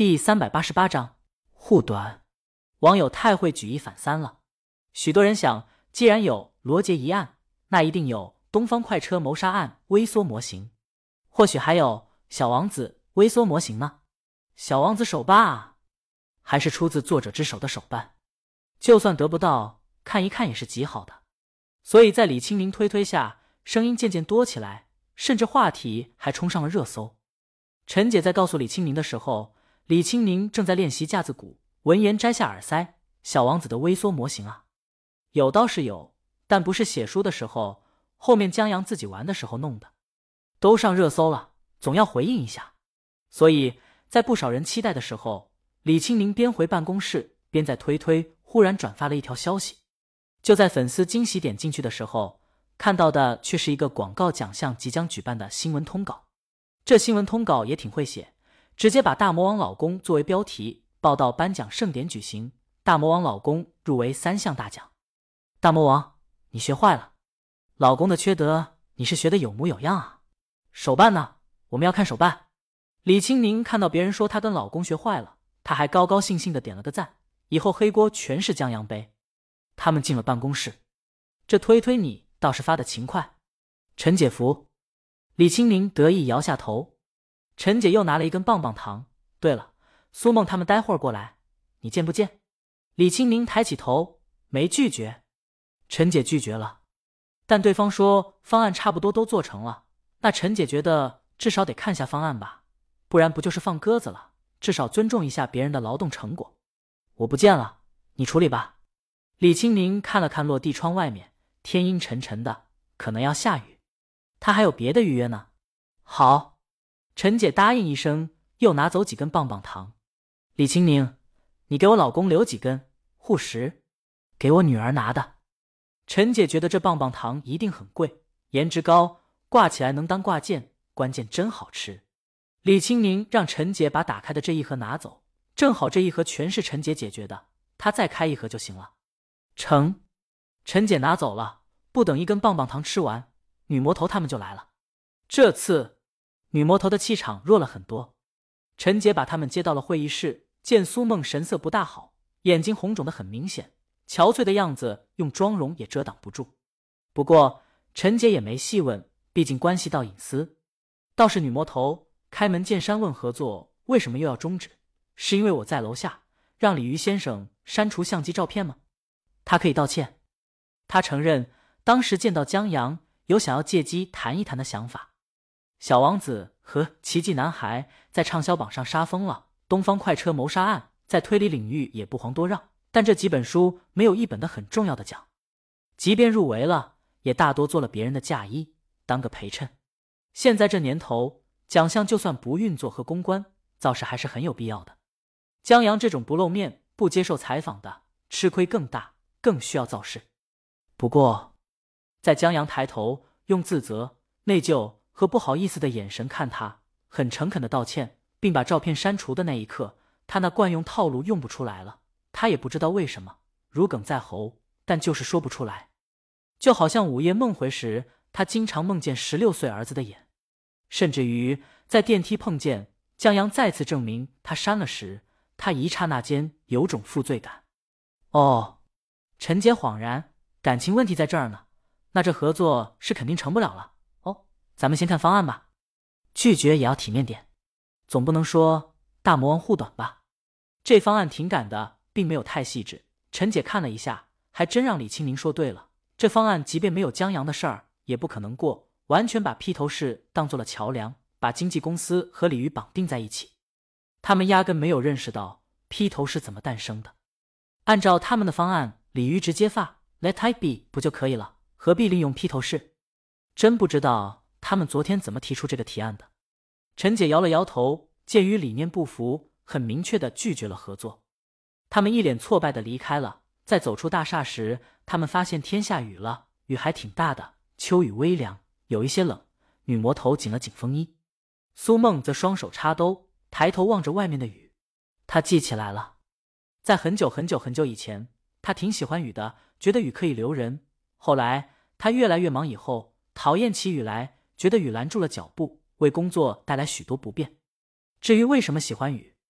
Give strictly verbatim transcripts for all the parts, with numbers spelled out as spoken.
第三百八十八章护短。网友太会举一反三了。许多人想，既然有罗杰一案，那一定有东方快车谋杀案微缩模型，或许还有小王子微缩模型呢。小王子手办啊，还是出自作者之手的手办，就算得不到，看一看也是极好的。所以在李清明推推下，声音渐渐多起来，甚至话题还冲上了热搜。陈姐在告诉李清明的时候，李清明正在练习架子鼓，闻言摘下耳塞。小王子的微缩模型啊，有倒是有，但不是写书的时候，后面江阳自己玩的时候弄的。都上热搜了，总要回应一下。所以在不少人期待的时候，李清明边回办公室边在推推忽然转发了一条消息。就在粉丝惊喜点进去的时候，看到的却是一个广告奖项即将举办的新闻通稿。这新闻通稿也挺会写，直接把大魔王老公作为标题，报道颁奖盛典举行，大魔王老公入围三项大奖。大魔王，你学坏了，老公的缺德你是学的有模有样啊。手办呢？我们要看手办。李清明看到别人说她跟老公学坏了，她还高高兴兴的点了个赞，以后黑锅全是江阳背。他们进了办公室，这推推你倒是发的勤快。陈姐服。李清明得意摇下头。陈姐又拿了一根棒棒糖。对了，苏梦他们待会儿过来，你见不见？李清明抬起头，没拒绝。陈姐拒绝了，但对方说方案差不多都做成了，那陈姐觉得至少得看下方案吧，不然不就是放鸽子了，至少尊重一下别人的劳动成果。我不见了，你处理吧。李清明看了看落地窗外面，天阴沉沉的，可能要下雨。他还有别的预约呢。好，陈姐答应一声，又拿走几根棒棒糖。李清明，你给我老公留几根护食，给我女儿拿的。陈姐觉得这棒棒糖一定很贵，颜值高，挂起来能当挂件，关键真好吃。李清明让陈姐把打开的这一盒拿走，正好这一盒全是陈姐解决的，她再开一盒就行了。成。陈姐拿走了，不等一根棒棒糖吃完，女魔头他们就来了。这次女魔头的气场弱了很多。陈姐把他们接到了会议室，见苏梦神色不大好，眼睛红肿的很明显，憔悴的样子用妆容也遮挡不住。不过陈姐也没细问，毕竟关系到隐私。倒是女魔头开门见山问合作为什么又要终止，是因为我在楼下让鲤鱼先生删除相机照片吗？他可以道歉。他承认当时见到江阳有想要借机谈一谈的想法。小王子和奇迹男孩在畅销榜上杀疯了，东方快车谋杀案在推理领域也不遑多让，但这几本书没有一本的很重要的奖，即便入围了，也大多做了别人的嫁衣，当个陪衬。现在这年头，奖项就算不运作和公关，造势还是很有必要的。江阳这种不露面不接受采访的，吃亏更大，更需要造势。不过在江阳抬头用自责、内疚和不好意思的眼神看他，很诚恳的道歉并把照片删除的那一刻，他那惯用套路用不出来了。他也不知道为什么，如鲠在喉，但就是说不出来。就好像午夜梦回时，他经常梦见十六岁儿子的眼，甚至于在电梯碰见江阳再次证明他删了时，他一刹那间有种负罪感。哦，陈姐恍然，感情问题在这儿呢，那这合作是肯定成不了了。哦，咱们先看方案吧，拒绝也要体面点，总不能说大魔王护短吧。这方案挺赶的，并没有太细致。陈姐看了一下，还真让李清明说对了，这方案即便没有江阳的事儿也不可能过，完全把披头士当做了桥梁，把经纪公司和鲤鱼绑定在一起。他们压根没有认识到披头士怎么诞生的。按照他们的方案，鲤鱼直接发 Let it be 不就可以了，何必利用披头士？真不知道他们昨天怎么提出这个提案的。陈姐摇了摇头，鉴于理念不符，很明确地拒绝了合作。他们一脸挫败地离开了。在走出大厦时，他们发现天下雨了，雨还挺大的，秋雨微凉，有一些冷。女魔头紧了紧风衣，苏梦则双手插兜，抬头望着外面的雨。她记起来了，在很久很久很久以前，她挺喜欢雨的，觉得雨可以留人。后来她越来越忙以后，讨厌起雨来，觉得雨拦住了脚步，为工作带来许多不便。至于为什么喜欢雨，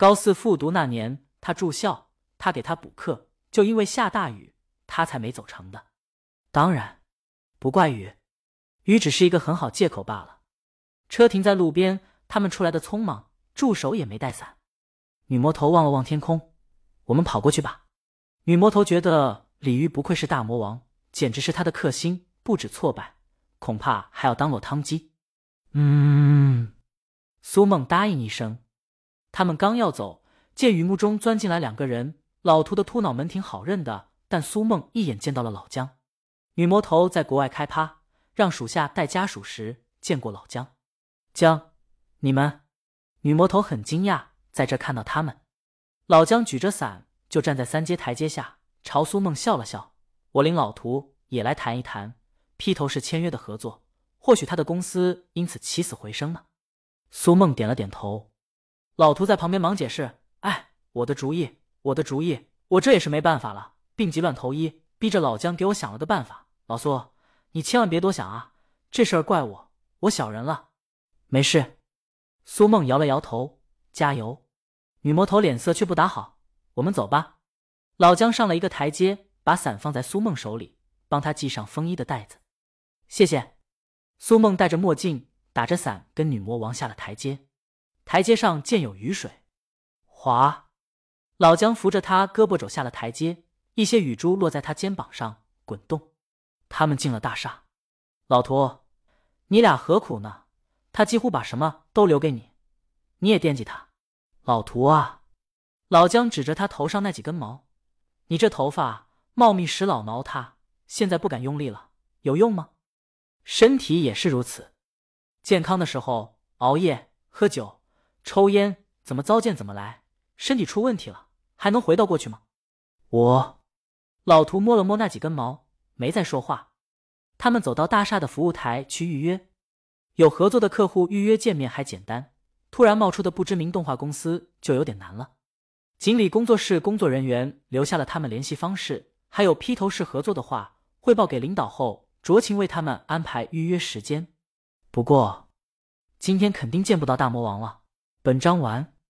高四复读那年，他住校，他给他补课，就因为下大雨，他才没走成的。当然，不怪雨，雨只是一个很好借口罢了。车停在路边，他们出来的匆忙，助手也没带伞。女魔头望了望天空，我们跑过去吧。女魔头觉得李鱼不愧是大魔王，简直是他的克星，不止挫败，恐怕还要当落汤鸡。嗯，苏梦答应一声。他们刚要走，见雨幕中钻进来两个人，老涂的秃脑门挺好认的，但苏梦一眼见到了老姜。女魔头在国外开趴，让属下带家属时见过老姜。姜，你们？女魔头很惊讶，在这看到他们。老姜举着伞，就站在三阶台阶下，朝苏梦笑了笑。我领老涂也来谈一谈，披头士签约的合作，或许他的公司因此起死回生呢。苏梦点了点头。老涂在旁边忙解释，哎，我的主意，我的主意，我这也是没办法了，病急乱投医，逼着老姜给我想了的办法。老苏，你千万别多想啊，这事儿怪我，我小人了。没事。苏梦摇了摇头，加油。女魔头脸色却不大好，我们走吧。老姜上了一个台阶，把伞放在苏梦手里，帮她系上风衣的带子。谢谢。苏梦戴着墨镜，打着伞跟女魔王下了台阶。台阶上见有雨水，滑。老姜扶着他胳膊肘下了台阶，一些雨珠落在他肩膀上滚动。他们进了大厦。老涂，你俩何苦呢？他几乎把什么都留给你，你也惦记他。老涂啊，老姜指着他头上那几根毛，你这头发茂密使老挠他，现在不敢用力了，有用吗？身体也是如此，健康的时候熬夜喝酒抽烟，怎么糟践怎么来，身体出问题了还能回到过去吗？我……老涂摸了摸那几根毛，没再说话。他们走到大厦的服务台去预约。有合作的客户预约见面还简单，突然冒出的不知名动画公司就有点难了。经理工作室工作人员留下了他们联系方式，还有披头士合作的话汇报给领导后，酌情为他们安排预约时间。不过今天肯定见不到大魔王了。本章完。